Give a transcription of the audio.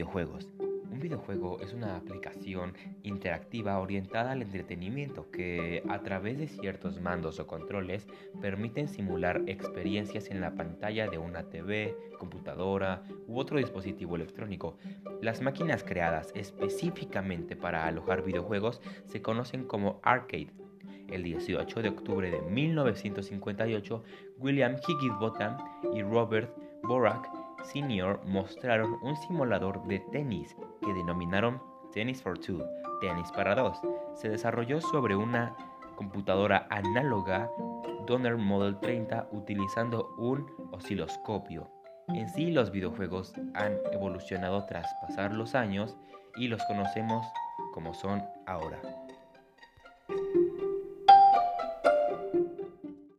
Videojuegos. Un videojuego es una aplicación interactiva orientada al entretenimiento que, a través de ciertos mandos o controles, permiten simular experiencias en la pantalla de una TV, computadora u otro dispositivo electrónico. Las máquinas creadas específicamente para alojar videojuegos se conocen como arcade. El 18 de octubre de 1958, William Higginbotham y Robert Borac Sr. mostraron un simulador de tenis que denominaron Tennis for Two, tenis para dos. Se desarrolló sobre una computadora análoga Donner Model 30 utilizando un osciloscopio. En sí, los videojuegos han evolucionado tras pasar los años y los conocemos como son ahora.